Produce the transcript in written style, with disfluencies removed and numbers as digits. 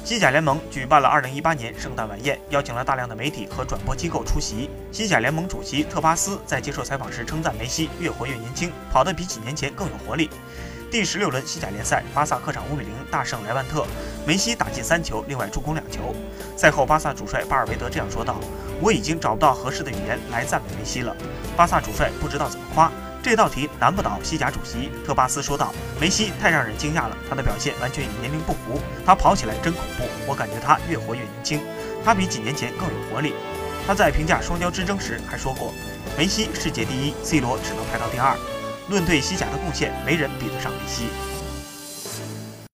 西甲联盟举办了2018年圣诞晚宴，邀请了大量的媒体和转播机构出席。西甲联盟主席特巴斯在接受采访时称赞梅西越活越年轻，跑得比几年前更有活力。第16轮西甲联赛，巴萨客场5-0大胜莱万特，梅西打进3球，另外助攻2球。赛后，巴萨主帅巴尔韦德这样说道：“我已经找不到合适的语言来赞美梅西了。”巴萨主帅不知道怎么夸。这道题难不倒西甲主席，特巴斯说道：“梅西太让人惊讶了，他的表现完全与年龄不符，他跑起来真恐怖，我感觉他越活越年轻，他比几年前更有活力。”他在评价双骄之争时还说过：“梅西世界第一 ，C 罗只能排到第2。论对西甲的贡献，没人比得上梅西。”